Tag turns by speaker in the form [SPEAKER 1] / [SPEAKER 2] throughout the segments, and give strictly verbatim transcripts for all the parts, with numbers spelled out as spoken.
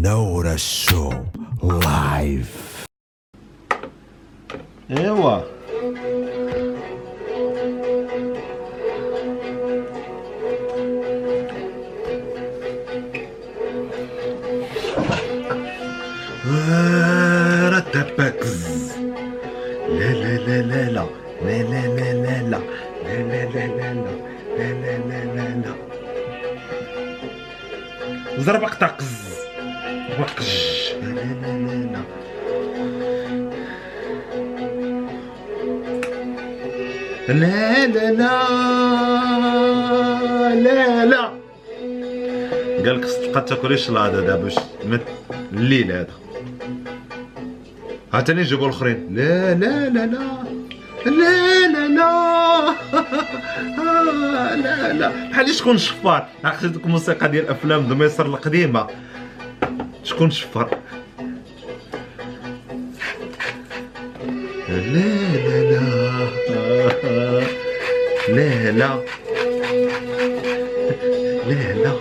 [SPEAKER 1] نورة الشو لايف.
[SPEAKER 2] ايوا رتبكز لا لا لا لا لا لا لا لا لا لا لا لا لا لا لا لا لا لا لا زربق تقز وقج لا لا لا لا لا لا لا لا قالك خصك تبقى تاكل شلاضه دابا باش الليل هذا عاوتاني نجيبو الاخرين لا لا لا لا لا لا لا لا لا بحال شكون شفار عرفتي ديك الموسيقى ديال افلام د مصر القديمه شكون شفار لا لا لا لا لا لا لا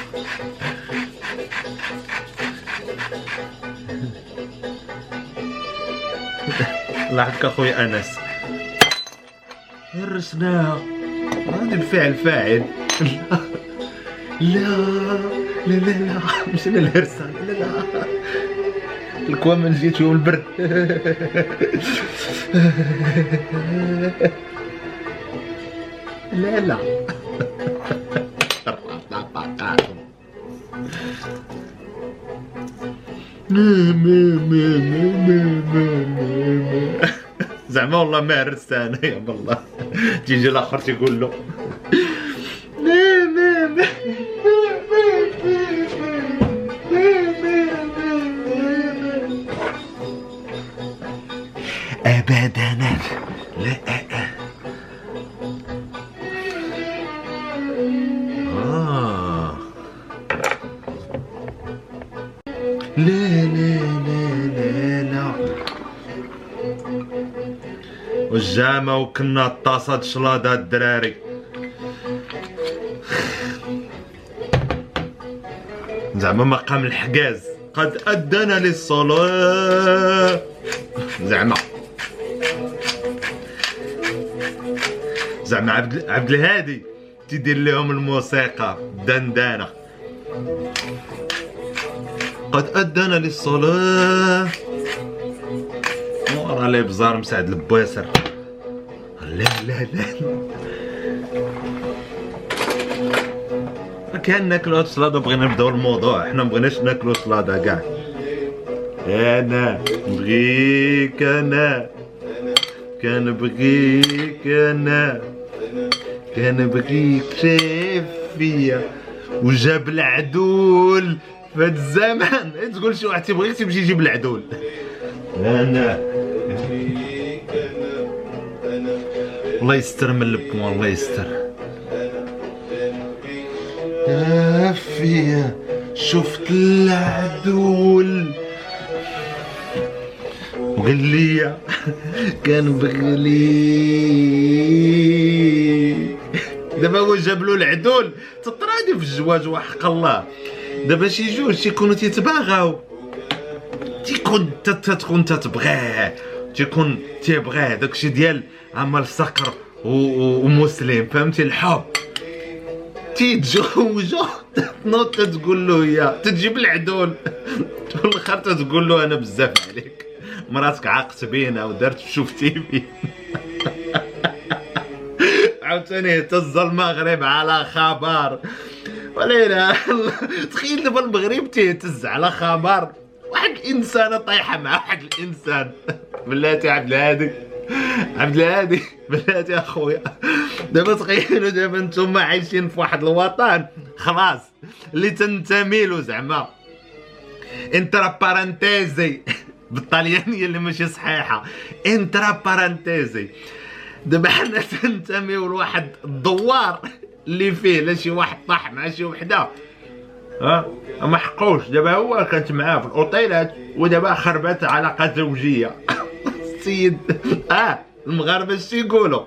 [SPEAKER 2] لاحظك اخويا انس هرسناها هادي بفعل فاعل لا لا لا لا مش انا الهرسان لا لا الكوامن جيت يوم البرد لا لا زعما والله ما هرست انايا والله تيجي الاخر تيقول له ابدا لا آه. لا لا لا لا لا والجامة وكنا طاسة شلاضة الدراري زعما مقام الحجاز قد أدنا للصلاة زعما زعما عبد عبد الهادي تيدير لهم الموسيقى دندانة قد أدنا للصلاة ورا لي بزار مساعد البواسر لا لا لا كان ناكلو هاد الصلاده بغينا نبداو الموضوع حنا مبغيناش ناكلو صلاده كاع انا نبغيك انا كنبغيك انا كنبغيك شايف فيا وجاب العدول فهاد الزمان تقول شي واحد تيبغيك تيمشي يجيب العدول انا الله يستر من البوان الله يستر فيا شفت العدول وقال لي كان بغلي دابا هو جاب له العدول تطرادي في الزواج وحق الله دابا شي جوج تيكونوا تيتباغاو تيكون تتكون تتبغيه تيكون تيبغيه داكشي ديال عمل صقر ومسلم فهمتي الحب تيتزوجو تنوض تقول له يا تجيب العدول في الاخر تقول له انا بزاف عليك مراتك عاقت بينا ودارت شفتي بي عاوتاني هتز المغرب على خبر ولينا تخيل دابا المغرب تيهتز على خبر واحد الانسانه طايحه مع واحد الانسان بلاتي عبد الهادي عبد الهادي بلاتي اخويا دابا تخيلوا دابا نتوما عايشين في واحد الوطن خلاص اللي تنتمي له زعما انترا بارانتيزي بالطليانيه اللي ماشي صحيحه انترا بارانتيزي دابا حنا تنتميو لواحد الدوار اللي فيه لا شي واحد طاح مع شي وحده ها ما حقوش دابا هو كانت معاه في الاوطيلات ودابا خربت علاقه زوجيه السيد اه المغاربه اش تيقولوا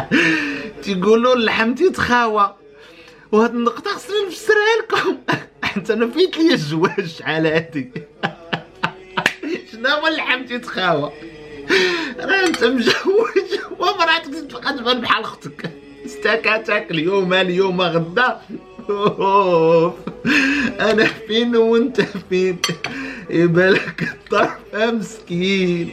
[SPEAKER 2] تيقولوا اللحم تيتخاوى وهاد النقطه خصني نفسرها لكم انت نفيت لي الزواج شحال هادي. شنو هو اللي حمتي تخاوى؟ راه انت مجوج ومراتك تبقى تبان بحال اختك، استكاتك اليوم اليوم غدا. أوف. انا فين وانت فين؟ يبالك الطرف مسكين.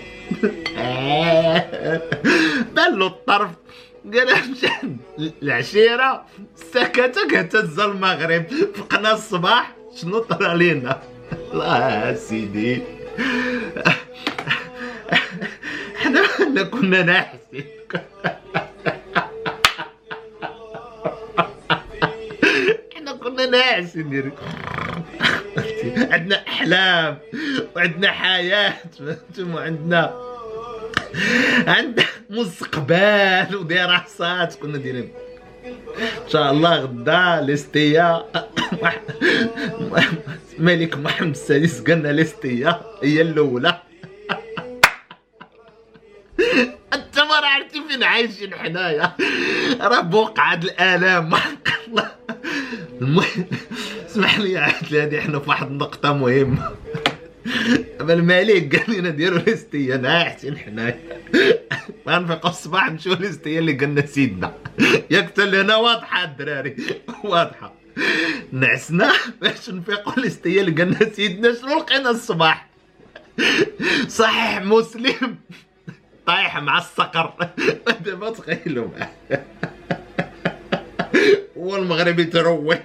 [SPEAKER 2] بان الطرف قال مشى العشيره سكتك هتز المغرب، فقنا الصباح شنو طرا لينا؟ الله سيدي حنا حنا كنا ناحسين. حنا كنا ناعسين ديري. عندنا احلام وعندنا حياه فهمتم، وعندنا عندنا مستقبل ودراسات كنا دايرين. ان شاء الله غدا ليستيا الملك محمد السادس قالنا ليستيا هي الاولى. انت ما راه عرفتي فين عايشين حنايا، راه بوقع هاد الالام ما حق الله. المهم اسمح لي عاد هادي حنا في واحد النقطه مهمه. الملك قال لنا ديروا ليستيا ناعسين حنايا، ما نفيقوا الصباح نمشيو ليستيا اللي قالنا سيدنا. ياك حتى لهنا واضحه الدراري واضحه. نعسنا باش نفيقوا ليستيا اللي قالنا سيدنا. شنو لقينا الصباح؟ صحيح مسلم طايح مع الصقر. دابا تخيلوا معاه هو المغربي تروح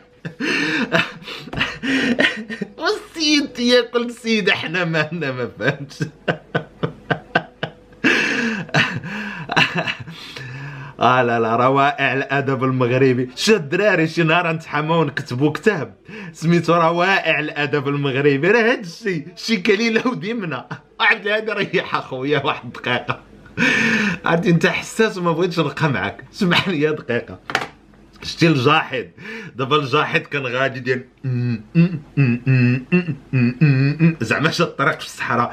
[SPEAKER 2] والسيد تياكل السيد، احنا مالنا ما فهمتش. اه لا لا روائع الادب المغربي. شو الدراري شي نهار نتحاماو ونكتبوا كتاب سميتو روائع الادب المغربي. راه هاد الشيء شي كليله وديمنا. عبد الهادي ريح اخويا واحد دقيقه، عرفتي انت حساس وما بغيتش نبقى معاك، سمح لي دقيقه. شتي الجاحد دابا الجاحد كان غادي ديال زعما شاد الطريق في الصحراء،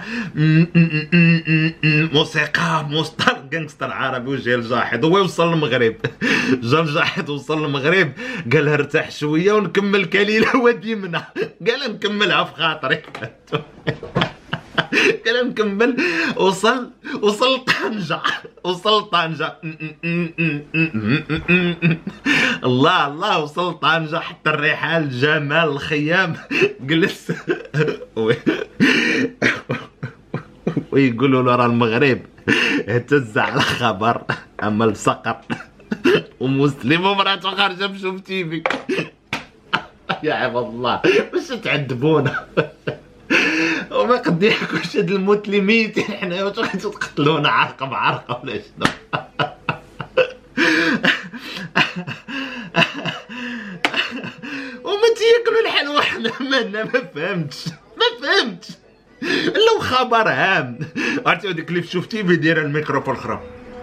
[SPEAKER 2] موسيقار موسطر كانغستر عربي وجا الجاحد هو يوصل للمغرب. جا الجاحد وصل للمغرب قال لها ارتاح شويه ونكمل كليله وديمنا. قال نكملها في خاطري. قال نكمل. وصل وصل طنجة وصل طنجة. الله الله وصل طنجة حتى الرحال الجمال الخيام جلس. ويقولوا له راه المغرب اهتز على خبر اما الصقر ومسلم ومراته خارجه بشوف تيفي. يا عباد الله باش تعذبونا وما قد ياكلش هاد الموت اللي ميتين حنا، واش غادي تقتلونا عرقه بعرقه ولا شنو؟ وما تياكلوا الحلوى حنا مالنا ما فهمتش ما فهمتش. لو خبر هام عرفتي هذيك اللي شفتي في دايره الميكروفون خرا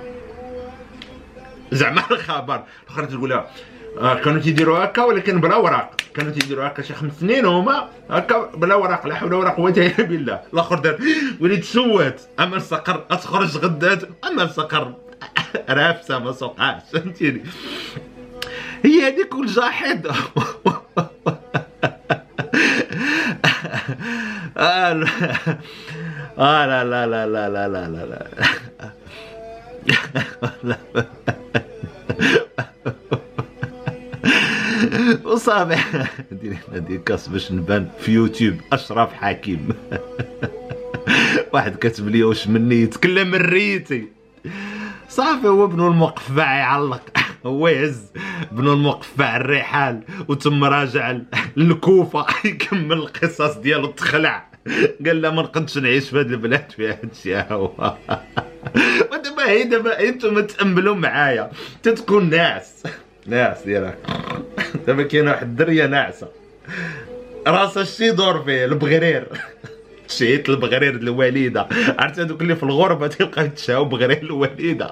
[SPEAKER 2] زعما الخبر الاخرى تقول لها آه كانوا تيديروا هكا ولكن بلا وراق، كانوا تيديروا هكا شي خمس سنين هما هكا بلا وراق، لا حول ولا قوه الا بالله. الاخر دار وليد سوات اما الصقر تخرج غدات، اما الصقر رافسه ما سوقاش فهمتيني. هي هذيك والجاحد. آه لا لا لا لا لا لا لا لا وصافي ندير ندير كاس باش نبان في يوتيوب اشرف حكيم. واحد كاتب لي واش مني يتكلم الريتي. صافي هو بنو المقفع يعلق، هو يهز بنو المقفع الرحال وتم راجع للكوفه يكمل القصص ديالو تخلع. قال لا ما نقدش نعيش في هاد البلاد فيها هادشي هو. ودابا هي دابا انتم تاملوا معايا تتكون ناعس ناعس ديالك. دابا كاينه واحد الدريه ناعسه راسها الشي دور فيه البغرير. شهيت البغرير الوليده، عرفت هذوك اللي في الغربه تيبقاو يتشاو بغرير الوليده.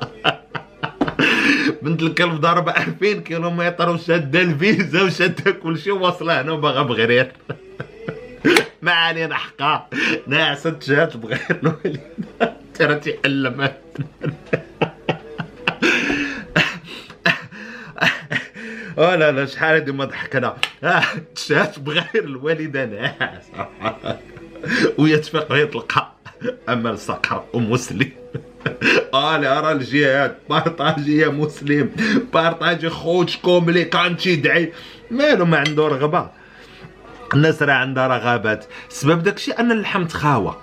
[SPEAKER 2] بنت الكلب ضاربه ألفين كيلومتر وشاده الفيزا وشاده كلشي واصله هنا وباغا بغرير. ما علينا حقا ناعسه تشات بغرير الوليده. ترى تيعلم اه لا لا شحال هادي ما ضحكنا. اه تشات بغير الوالده ناعس ويتفق يطلقها امل صقر ومسلم. اه لا راه الجهاد بارطاجي يا مسلم، بارطاجي خوتكم اللي كان تيدعي مالو ما عنده رغبه. الناس راه عندها رغبات، سبب داكشي ان اللحم تخاوى.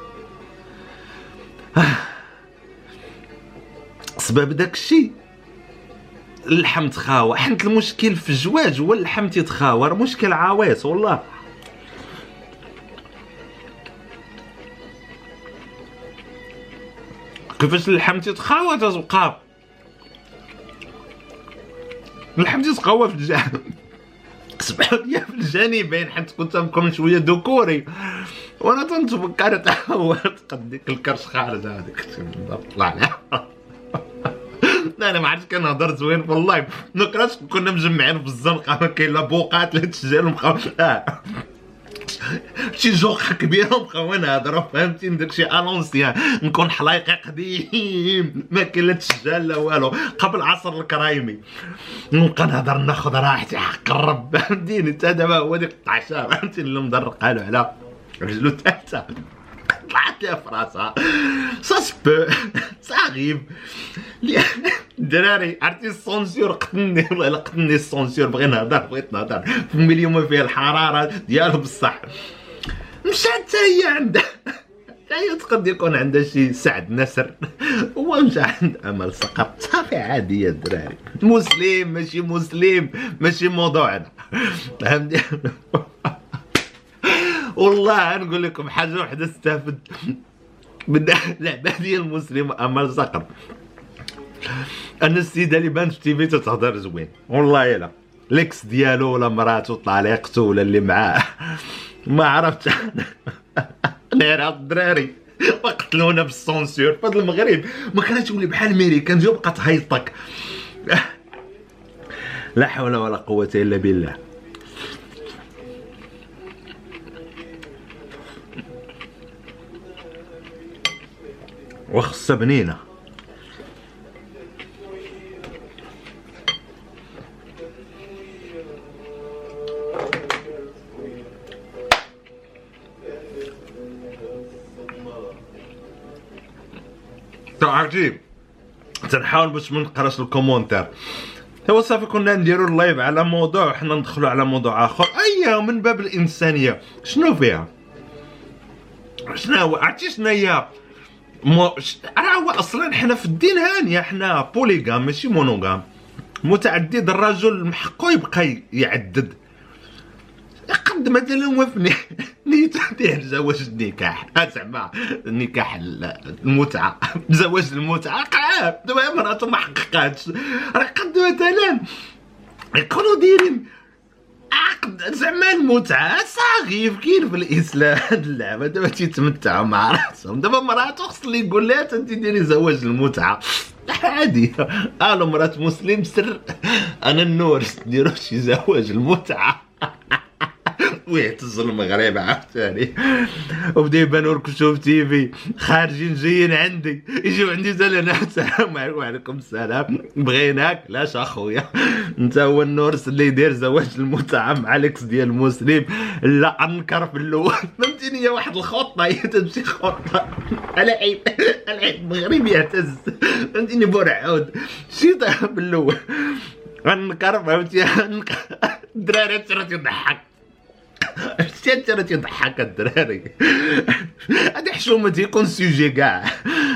[SPEAKER 2] سبب داكشي اللحم تخاوى، حيت المشكل في الزواج هو اللحم تيتخاوى، راه مشكل عويص والله. كيفاش اللحم تيتخاوى تتبقى اللحم تيتخاوى في الجانب سمحوا لي في الجانبين حيت كنت نكون شويه ذكوري وانا تنتفكر تهوى تقد ديك الكرش خارج هذيك طلع لها. لا انا ما عرفتش كنهضر زوين في اللايف، نكرهش كنا مجمعين في الزنقه ما كاين لا بوقات لا تسجيل مبقاو اه شي جوق كبير وبقاو نهضروا فهمتيني داكشي الونسيان، نكون حلايقي قديم ما كاين لا تسجيل لا والو قبل عصر الكرايمي، نبقى نهضر ناخذ راحتي حق الرب فهمتيني. حتى دابا هو ديك الطعشة فهمتيني اللي مدرق قالوا على رجلو الثالثه طلعت لها في راسها ساسبو صاغيب الدراري. عرفتي السونسور قتلني والله الا قتلني السونسور، بغي نهضر بغيت نهضر في مليون ما فيها الحراره ديالو بصح. مشات حتى هي عندها حتى هي تقد يكون عندها شي سعد نسر، هو مشى عند امل صقر صافي عاديه الدراري. مسلم ماشي مسلم ماشي موضوعنا فهمتي. والله نقول لكم حاجه وحده استفدت من اللعبه ديال المسلم امل صقر، ان السيده اللي بانت في تيفي تتهضر زوين والله الا ليكس ديالو ولا مراته طليقته ولا اللي معاه ما عرفتش. نير الدراري وقتلونا بالسونسور في هذا المغرب، ما كانت تولي بحال الميريكان جو بقات تهيطك. لا حول ولا قوه الا بالله. وخصها بنينه. عجيب تنحاول باش ما نقراش الكومونتير. هو صافي كنا نديرو اللايف على موضوع وحنا ندخلو على موضوع اخر، اييه من باب الانسانيه. شنو فيها؟ شنو هو؟ عرفتي شنو هي؟ مو راه هو اصلا حنا في الدين هانيه حنا بوليغام ماشي مونوغام، متعدد. الرجل من حقه يبقى يعدد قد مثلا وفني نيت ديال زواج النكاح، زعما النكاح المتعه زواج المتعه قاعد دابا مراته ما حققاتش، راه قد مثلا يكونوا دايرين عقد زعما المتعه صاغيف كاين في الاسلام. هاد اللعبه دابا تيتمتعوا مع راسهم، دابا مراته خص اللي يقول لها انت ديري زواج المتعه عادي. قالوا مرات مسلم سر انا النور ديروا شي زواج المتعه ويعتز المغرب عاوتاني. وبدا يبانو ركشو في تيفي خارجين جايين عندي يجيو عندي زلنا السلام عليكم. وعليكم السلام بغيناك لاش اخويا انت هو النورس اللي يدير زواج المتعه مع ليكس ديال مسلم. لا انكر في الاول فهمتيني، هي واحد الخطه هي تمشي خطه على عيب على عيب مغربي يعتز فهمتيني بورعود شي في الاول انكر فهمتي. الدراري ترى تضحك شتي ترى تضحك الدراري. هادي حشومه تيكون سوجي كاع.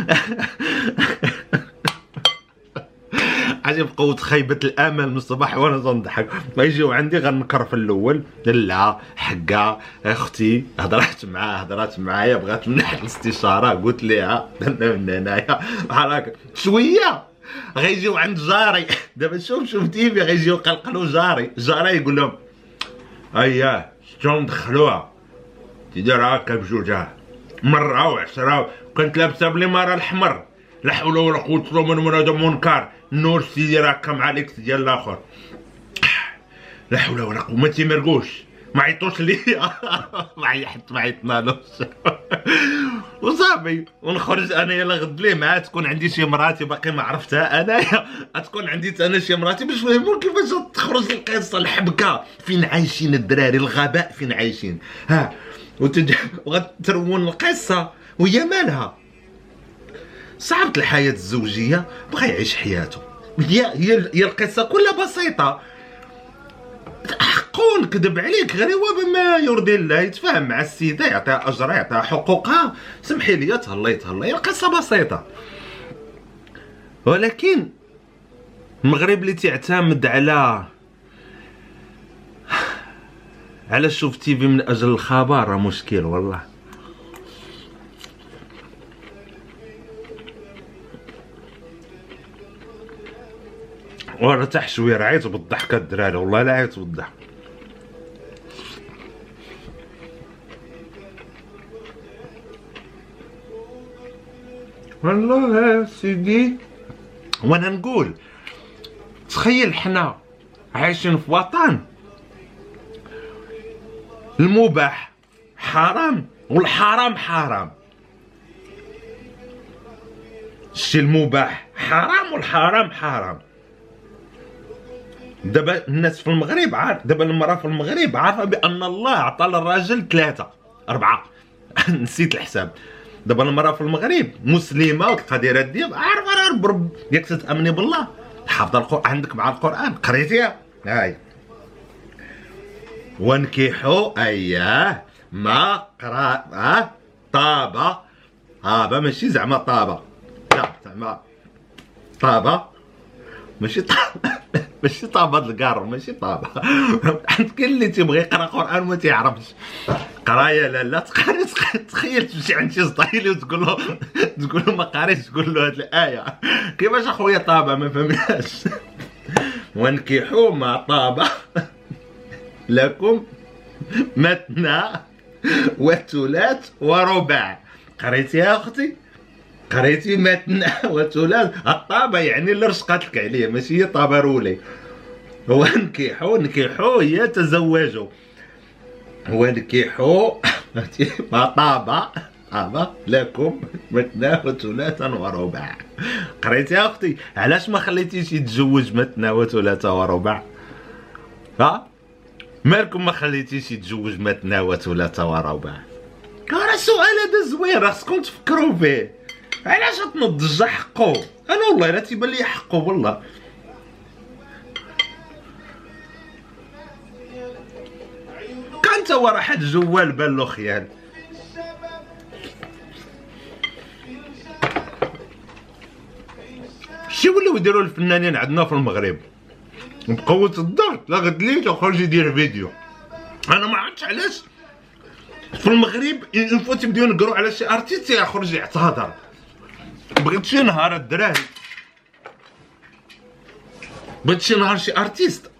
[SPEAKER 2] عجب قوة خيبة الامل من الصباح وانا تنضحك. يجيو عندي غنكر في الاول لا حقا اختي هضرات معاه هضرات معايا بغات منح الاستشاره قلت ليها من هنايا بحال هكا شويه غيجيو عند جاري. دابا شوف شوف تيفي غيجيو يقلقلوا جاري جاري يقول لهم اياه شلون دخلوها تيدير هكا بجوجها مره وعشره كانت لابسه بليماره الحمر. لا حول ولا قوه الا بالله من هذا منكر النور تيدير هكا مع ليكس ديال الاخر. لا حول ولا قوه ما تيمرقوش ما عيطوش ليا ما عيط ما عيطنالوش وصافي. ونخرج انايا لغد ليه معاه، تكون عندي شي مراتي باقي ما عرفتها انايا، تكون عندي انا شي مراتي باش نفهموا كيفاش تخرج القصه الحبكه، فين عايشين الدراري، الغباء فين عايشين. ها وتج... وغترون القصه وهي مالها صعبة الحياه الزوجيه، بغى يعيش حياته، هي هي هي القصه كلها بسيطه. حقو نكذب عليك غير هو بما يرضي الله، يتفاهم مع السيده، يعطيها اجرها، يعطيها حقوقها، سمحي لي تهلاي تهلاي، القصه بسيطه. ولكن المغرب اللي تعتمد على على شوف تيفي من اجل الخبر راه مشكل والله. وارتاح شويه، راه عيط بالضحكه الدراري، والله لا عيط بالضحك. والله يا سيدي وانا نقول تخيل حنا عايشين في وطن المباح حرام والحرام حرام. الشيء المباح حرام والحرام حرام. دابا الناس في المغرب عارف، دابا المراه في المغرب عارفه بان الله عطى للراجل ثلاثه اربعه نسيت الحساب. دابا المراه في المغرب مسلمه وتلقى دايره الدين، عارفه راه برب ياك تتامني بالله، حافظه القران عندك مع القران قريتيها هاي. وانكحوا اياه ما قرا اه طابه طابه ماشي زعما طابه، لا زعما طابه ماشي طابه ماشي طابه الكار، ماشي طابه حيت كاين اللي تيبغي يقرا قران وما تيعرفش قرايه. لا لا تقري، تخيل تمشي عند شي سطايلي وتقول له تقول له ما قاريش، تقول له هاد الايه كيفاش اخويا طابه ما فهمناش. وانكحوا ما طاب لكم مثنى وثلاث ورباع. قريتي يا اختي؟ قريتي مثنى وثلاث؟ الطابه يعني اللي رشقات لك عليه، ماشي هي طابه رولي. وانكحوا نكحوا هي تزوجوا، وانكحوا ما طاب طاب لكم مثنى وثلاثا ورباع. قريتي يا اختي؟ علاش ما خليتيش يتزوج مثنى وثلاثا ورباع؟ ها مالكم ما خليتيش يتزوج مثنى وثلاثا ورباع؟ راه السؤال هذا زوين، خصكم تفكروا فيه. علاش تنضج حقه؟ انا والله لا تيبان لي حقه والله. كان تا هو راه حد جوال بان له خيال. شي ولاو يديروا الفنانين عندنا في المغرب بقوة الضغط، لا غد لي تخرج يدير فيديو. انا ما عرفتش علاش في المغرب اون فوا تيبداو نقروا على شي ارتيست يخرج يعتذر. بغيت شي نهار الدراري، بغيت شي نهار شي ارتيست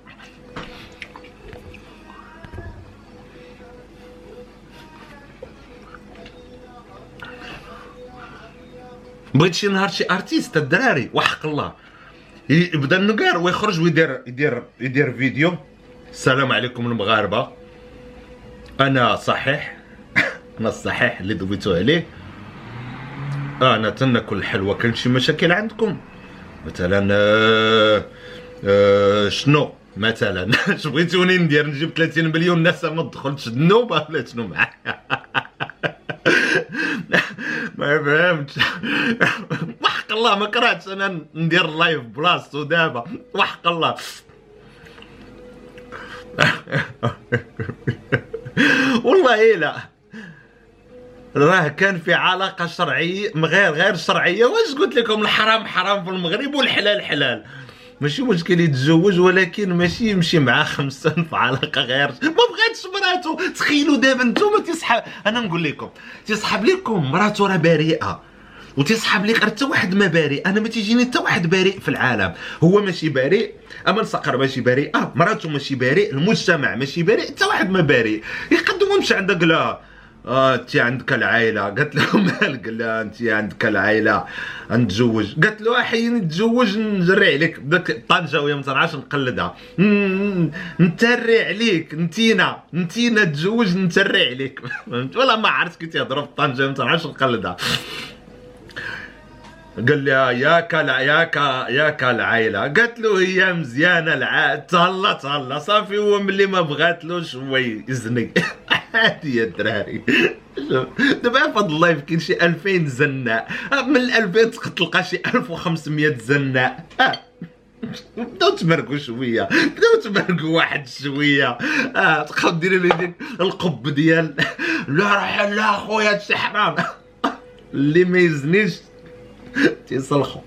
[SPEAKER 2] بغيت شي نهار شي ارتيست الدراري وحق الله يبدا النقار ويخرج ويدير يدير يدير فيديو. السلام عليكم المغاربه، انا صحيح انا الصحيح اللي دويتو عليه، انا تناكل الحلوى. كان شي مشاكل عندكم مثلا؟ آه آه شنو مثلا؟ اش بغيتوني ندير؟ نجيب ثلاثين مليون ناس ما تدخلش النوبه ولا شنو معايا؟ ما فهمتش وحق الله ما كرهتش انا ندير لايف بلاصتو دابا وحق الله. والله لا راه كان في علاقه شرعيه غير غير شرعيه. واش قلت لكم؟ الحرام حرام في المغرب والحلال حلال. ماشي مشكل يتزوج، ولكن ماشي يمشي معاه خمس سنين في علاقه غير ما بغاتش مراتو. تخيلوا دابا نتوما تيسحب، انا نقول لكم تيسحب لكم مراتو راه بريئه وتيسحب لك غير حتى واحد ما بريء. انا ما تيجيني حتى واحد بريء في العالم. هو ماشي بريء، اما الصقر ماشي بريئه، مراتو ماشي بريء، المجتمع ماشي بريء، حتى واحد ما بريء. يقدموا مشى عندك لا اه انت عندك العائله. قالت له مالك؟ قال لها انت عندك العائله نتزوج. قالت له احيي نتزوج نجري عليك داك طنجاويه ما تنعرفش نقلدها. ن- نتري عليك نتينا نتينا تزوج نتري عليك. فهمت ولا ما عرفت كي تيهضروا في طنجه ما تنعرفش نقلدها. قال لها ياك لا ياك ياك العائله. قالت له هي مزيانه الع تهلا تهلا صافي. هو ملي ما بغاتلوش هو يزني. عادي يا الدراري. دابا بفضل الله كاين شي ألفين زناء. من الألفين تلقى شي ألف وخمسمية زناء. بداو تمرقوا شويه بداو تمرقوا واحد شويه. اه تبقاو ديروا لي ديك القب ديال لا راه لا خويا هادشي حرام. اللي ما يزنيش تيصلخوا.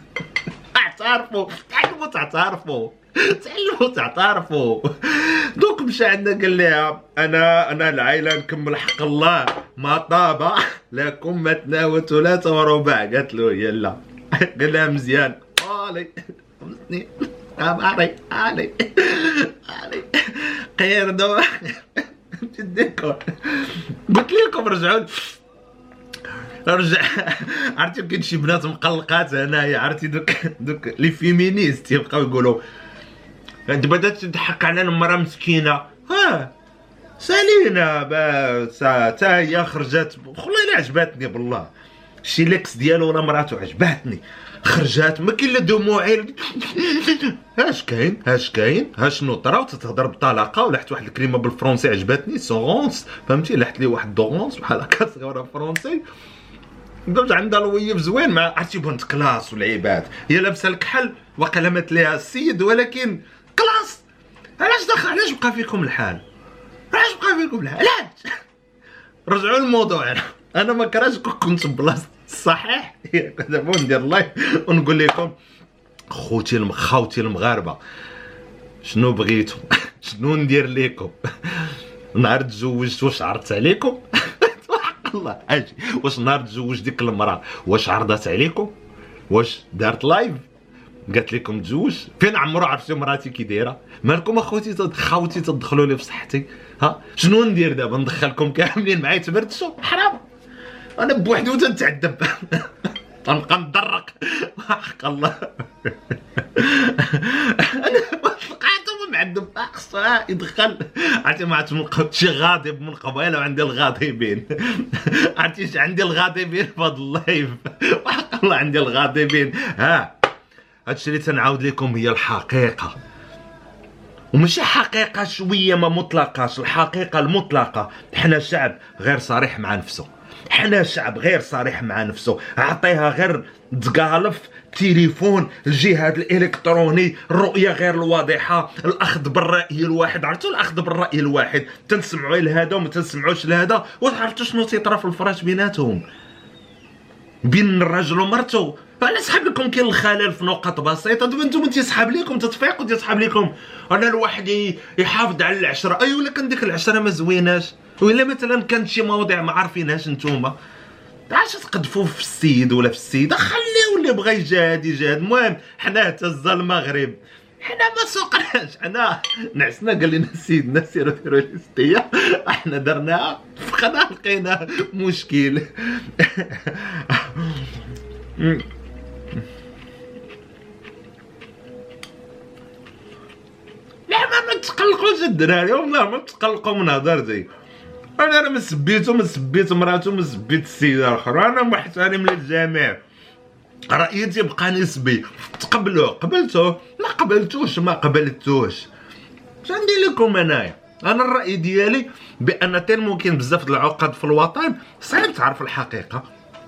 [SPEAKER 2] اعترفوا تعلموا تعترفوا تعلموا تعترفوا. دوك مشى عندنا قال لها انا انا العائله نكمل حق الله ما طاب لكم ما تناوى ثلاثه ورباع. قالت له يلا. قال لها مزيان. علي خمس سنين علي علي علي خير دابا جديكم. قلت لكم رجعوا رجع. عرفتي كاين شي بنات مقلقات هنايا. عرفتي دوك دوك لي فيمينيست يبقاو يقولوا دابا تضحك على المراه مسكينه. ها سالينا باس حتى هي خرجت. والله الا عجباتني بالله. شي ليكس ديالو ولا مراتو عجباتني خرجات ما كاين لا دموعي. اش كاين اش كاين ها شنو طرا وتتهضر بطلاقه. ولحت واحد الكلمه بالفرونسي عجباتني سونس فهمتي. لحت لي واحد دونس بحال هكا صغيره فرونسي. درت عندها الويف زوين مع عرفتي بنت كلاس والعيبات. هي لابسه الكحل وقيلا مات ليها السيد ولكن كلاس. علاش دخل علاش بقى فيكم الحال؟ علاش بقى فيكم الحال؟ علاش؟ رجعوا للموضوع. انا انا ما كرهتش كنت بلاصه الصحيح. دابا ندير لايف ونقول لكم خوتي الم... خاوتي المغاربه شنو بغيتو. شنو ندير لكم؟ نهار تزوجت واش عرضت عليكم؟ الله اجي واش نهار تزوج ديك المراه واش عرضت عليكم؟ واش دارت لايف قالت لكم تزوج؟ فين عمرو عرفتي مراتي كي دايره؟ مالكم اخوتي خاوتي تدخلوا لي في صحتي؟ ها شنو ندير دابا؟ ندخلكم كاملين معايا تبردشوا؟ حرام. انا بوحدي وتنتعذب. تنبقى ندرق حق الله. انا لقيتهم معذب خصو يدخل. عرفتي ما عرفتش من شي غاضب من قبيله وعندي الغاضبين. عرفتي عندي الغاضبين في هذا اللايف. وحق الله عندي الغاضبين. ها هادشي اللي تنعاود لكم هي الحقيقه. وماشي حقيقه شويه ما مطلقاش. الحقيقه المطلقه. حنا شعب غير صريح مع نفسه. حنا شعب غير صريح مع نفسه. عطيها غير تقالف تليفون الجهاد الالكتروني الرؤيه غير الواضحه الاخذ بالراي الواحد. عرفتوا الاخذ بالراي الواحد تنسمعوا لهذا وما تنسمعوش لهذا. وعرفتوا شنو تيطرا في الفراش بيناتهم بين الرجل ومرته. فانا سحب لكم كاين الخلل في نقط بسيطه. دابا نتوما تيسحب لكم تتفيقوا تيسحب لكم. انا الواحد يحافظ على العشره. اي ولا كان ديك العشره ما زويناش. ولا مثلا كانت شي مواضيع ما عارفينهاش نتوما. علاش تقدفوا في السيد ولا في السيده؟ خليو اللي بغى يجاهد يجاهد. المهم حنا هتز المغرب حنا ما سوقناش. حنا نعسنا قال لنا سيدنا سيروا ديروا ليستيه. احنا درناها فقنا لقينا مشكل. لا ما تقلقوش الدراري والله ما تقلقوا من هضرتي. انا راه ما سبيتو ما سبيت مراتو ما سبيت السيده الاخرى. انا محترم للجميع. رايي تيبقى نسبي. تقبلوه قبلتوه ما قبلتوش ما قبلتوش. اش ندير لكم انايا؟ انا الراي ديالي بان تير ممكن بزاف د العقد في الوطن صعيب تعرف الحقيقه.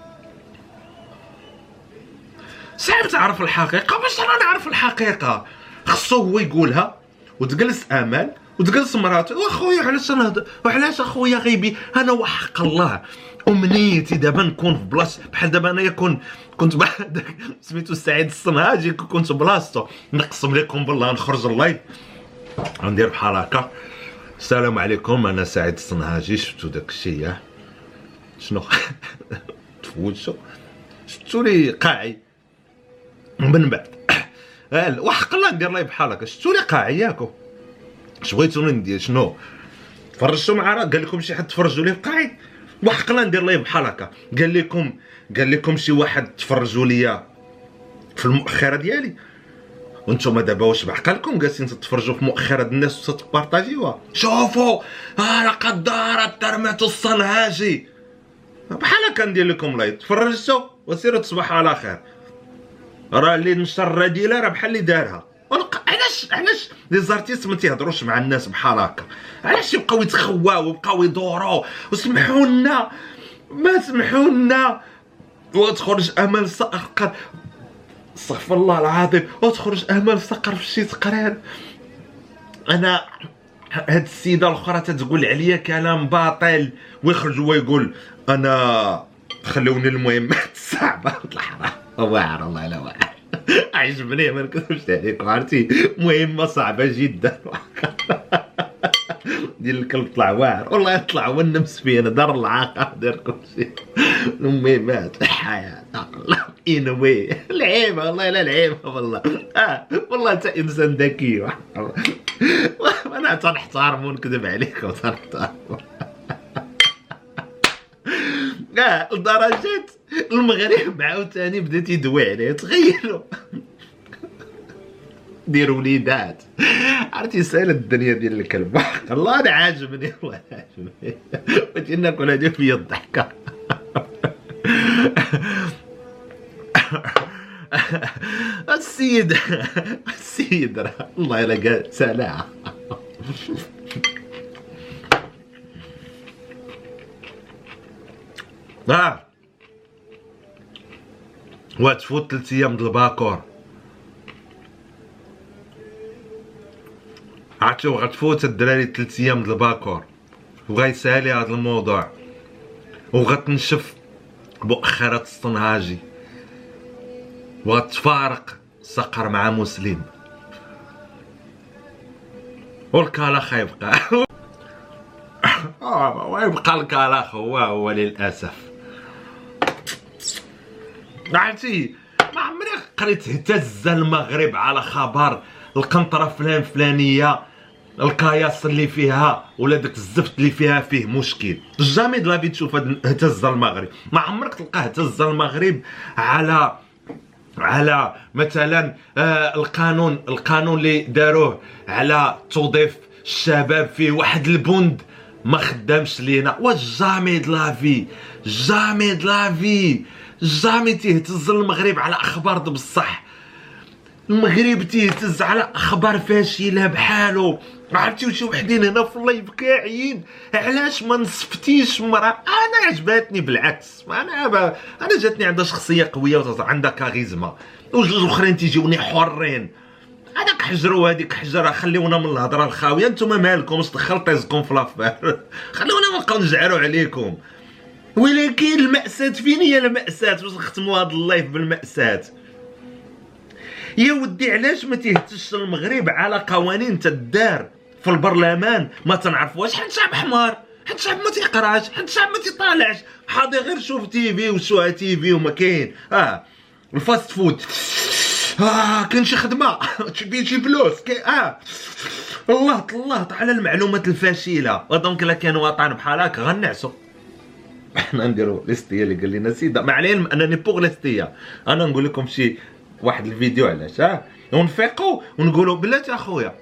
[SPEAKER 2] صعيب تعرف الحقيقه. باش انا نعرف الحقيقه خصو هو يقولها وتجلس امل وتجلس مراتو. واخويا علاش نهضر وعلاش اخويا غيبي؟ انا وحق الله امنيتي دابا نكون في بلاصه بحال دابا انايا كون كنت بعد سميتو سعيد الصنهاجي كنت بلاصتو. نقسم لكم بالله نخرج اللايف ندير بحال هكا السلام عليكم انا سعيد الصنهاجي. شفتو داك الشيء ياه شنو تفوتشو شفتو لي قاعي من بعد وحق الله ندير لايف بحال هكا. شفتو لي قاعي ياكو اش بغيتوني ندير؟ شنو تفرجتوا مع راه قال لكم شي حد تفرجوا ليه قاعي؟ وحقنا ندير لايف بحال هكا. قال لكم قال لكم شي واحد تفرجوا ليا في المؤخره ديالي، وانتم دابا واش بعقلكم جالسين تتفرجوا في مؤخره الناس وتتبارطاجيوها؟ شوفوا ها لقد دارت ترمه الصنهاجي. بحال هكا ندير لكم لايف، تفرجتوا وسيروا تصبحوا على خير. راه اللي نشر الرذيله راه بحال اللي دارها. علاش علاش لي زارتيست ما تيهضروش مع الناس بحال هكا؟ علاش يبقاو يتخواو ويبقاو يدوروا؟ وسمحوا لنا ما سمحوا لنا. وتخرج امل صقر، استغفر الله العظيم، وتخرج امل صقر في شي تقرير. انا هاد السيده الاخرى تتقول عليا كلام باطل، ويخرج هو يقول انا خلوني المهمات الصعبه الحرام. واعر والله لا واعر. عجبني ما نكذبش عليكم، عرفتي مهمه صعبه جدا. ديال الكلب طلع واعر والله، طلع هو النمس فينا، دار العاقه دار كلشي. المهمات الحياه ان واي لعيبه والله، لا لعيبه والله. اه والله انت انسان ذكي. انا تنحترم ونكذب عليكم تنحترم. اه لدرجه المغرب عاوتاني بدا تيدوي عليه. تغيروا ديروا وليدات، عرفتي سايله الدنيا ديال الكلب. والله انا عاجبني والله عاجبني. بغيت ناكل هادي فيا الضحكه. السيد السيد راه الله الا قال سلاعه. اه وتفوت ثلاث ايام د الباكور، عرفتو غتفوت الدراري ثلاث ايام د الباكور، وغيسالي هذا الموضوع، وغتنشف مؤخرة الصنهاجي، وغتفارق صقر مع مسلم، والكالاخ يبقى. ويبقى الكالاخ هو هو للاسف. عرفتي ما عمري قريت اهتز المغرب على خبر القنطره فلان فلانيه الكاياس اللي فيها ولا داك الزفت اللي فيها فيه مشكل. جامي د لافي تشوف اهتز المغرب. ما عمرك تلقى اهتز المغرب على على مثلا آه القانون القانون اللي داروه على توظيف الشباب فيه واحد البند ما خدامش لينا. واش جامي د لافي جامي د لافي جامي تيهتز المغرب على اخبار بصح. المغرب تيهتز على اخبار فاشله بحالو. عرفتي شي وحدين هنا في اللايف كاعيين علاش ما نصفتيش مرا. انا عجباتني بالعكس، انا با... انا جاتني عندها شخصيه قويه وعندها كاريزما، وجوج اخرين تيجيوني حرين. هذاك حجروا هذيك حجره، خليونا من الهضره الخاويه. نتوما مالكمش دخل طيزكم في لافير. خليونا ما نبقاو نجعروا عليكم. ولكن المأساة فين هي المأساة؟ واش نختموا هذا اللايف بالمأساة؟ يا ودي علاش ما تيهتش المغرب على قوانين تدار في البرلمان ما تنعرفوهاش؟ حيت شعب حمار، حيت شعب ما تيقراش، حيت شعب ما تيطالعش، حاضي غير شوف تيفي وشوها تيفي وما كاين. اه الفاست فود، اه كاين شي خدمه تبي شي فلوس كاين. اه الله الله على المعلومات الفاشله. ودونك الا كان وطن بحال هكا غنعسو. احنا نديرو ليستيه اللي قال لنا سيده. مع العلم انني بوغ ليستيه. انا نقول لكم شي واحد الفيديو علاش اه ونفيقوا ونقولوا بلاتي اخويا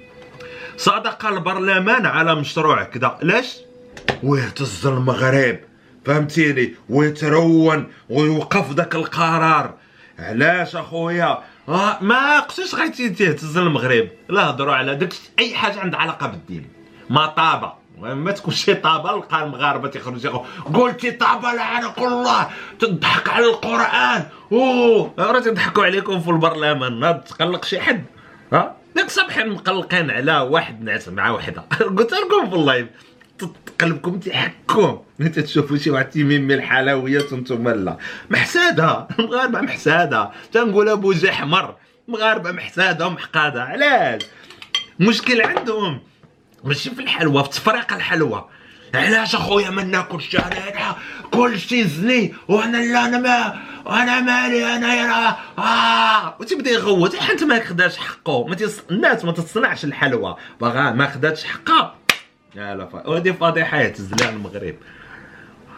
[SPEAKER 2] صادق البرلمان على مشروع كذا. علاش؟ ويهتز المغرب فهمتيني، ويترون ويوقف ذاك القرار. علاش اخويا؟ آه ما قصيش غادي تهتز المغرب. لا هضروا على داك اي حاجه عندها علاقه بالدين. ما طابه ما تكونش طابه. لقى المغاربه تيخرجوا قلتي طابه لعنك الله تضحك على القران. اوه راه تضحكوا عليكم في البرلمان. ما تقلق شي حد. ها داك صباحين مقلقين على واحد نعس مع وحده. قلت لكم في اللايف قلبكم تيحكم ملي تشوفوا شي واحد تيميمي الحلويات وانتم لا. محساده المغاربه محساده. تنقول ابو جي حمر. المغاربه محساده ومحقاده. علاش؟ مشكل عندهم ماشي في الحلوى، في تفريق الحلوى. علاش اخويا ما ناكلش انا كلشي زني وانا لا انا ما انا مالي انا يا اه وتبدا يغوت حتى ما خداش حقه. ما تيص... الناس ما تصنعش الحلوى باغا ما خداتش حقها. لا لا وهذه فضيحه يهتز لها المغرب.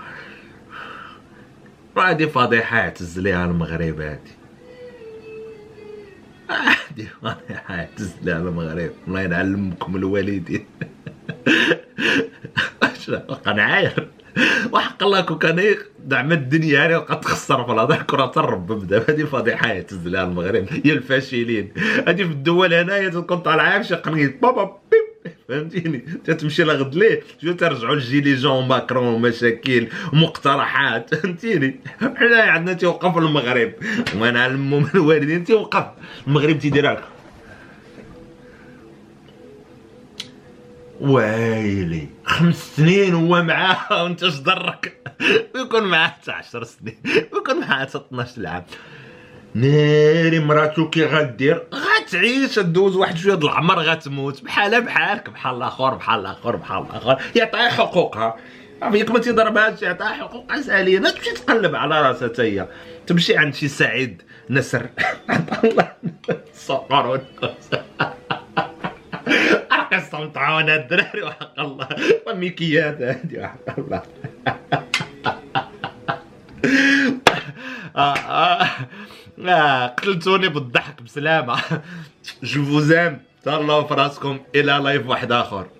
[SPEAKER 2] هادي فضيحة اعتز ليها المغرب هادي. هادي فضيحة اعتز ليها المغرب، الله ينعل امكم الوالدين. اش بقى نعاير وحق الله كون كان دعم الدنيا هاني بقى تخسر في الهضره كره الرب بدا. هادي فضيحه يعتز لها المغرب، هي الفاشلين. هادي في الدول هنايا تكون طالعه بشي قنيط بابا بيب، فهمتيني؟ تتمشي لغد ليه جو ترجعوا الجيلي جون ماكرون ومشاكل ومقترحات، فهمتيني؟ حنايا عندنا تيوقف المغرب، الله نعلمو من الوالدين تيوقف المغرب تيدير هكا. ويلي خمس سنين هو معاها وانت اش ضرك؟ ويكون معاه حتى عشر سنين، ويكون معاه حتى اثناش عام. ناري مراتو كي غدير غتعيش دوز واحد شويه د العمر غتموت بحالها بحالك، بحال الاخر بحال الاخر بحال الاخر، يعطيها حقوقها. ياك ما تيضربهاش يعطيها حقوقها ساليه، ما تمشي تقلب على راسها حتى هي، تمشي عند شي سعيد نسر الله سقرون قصة مطعونة الدراري وحق الله، ميكيات هادي وحق الله. آه آه آه قتلتوني بالضحك بسلامة. جو فوزام، تهلاو في راسكم، إلى لايف واحد آخر.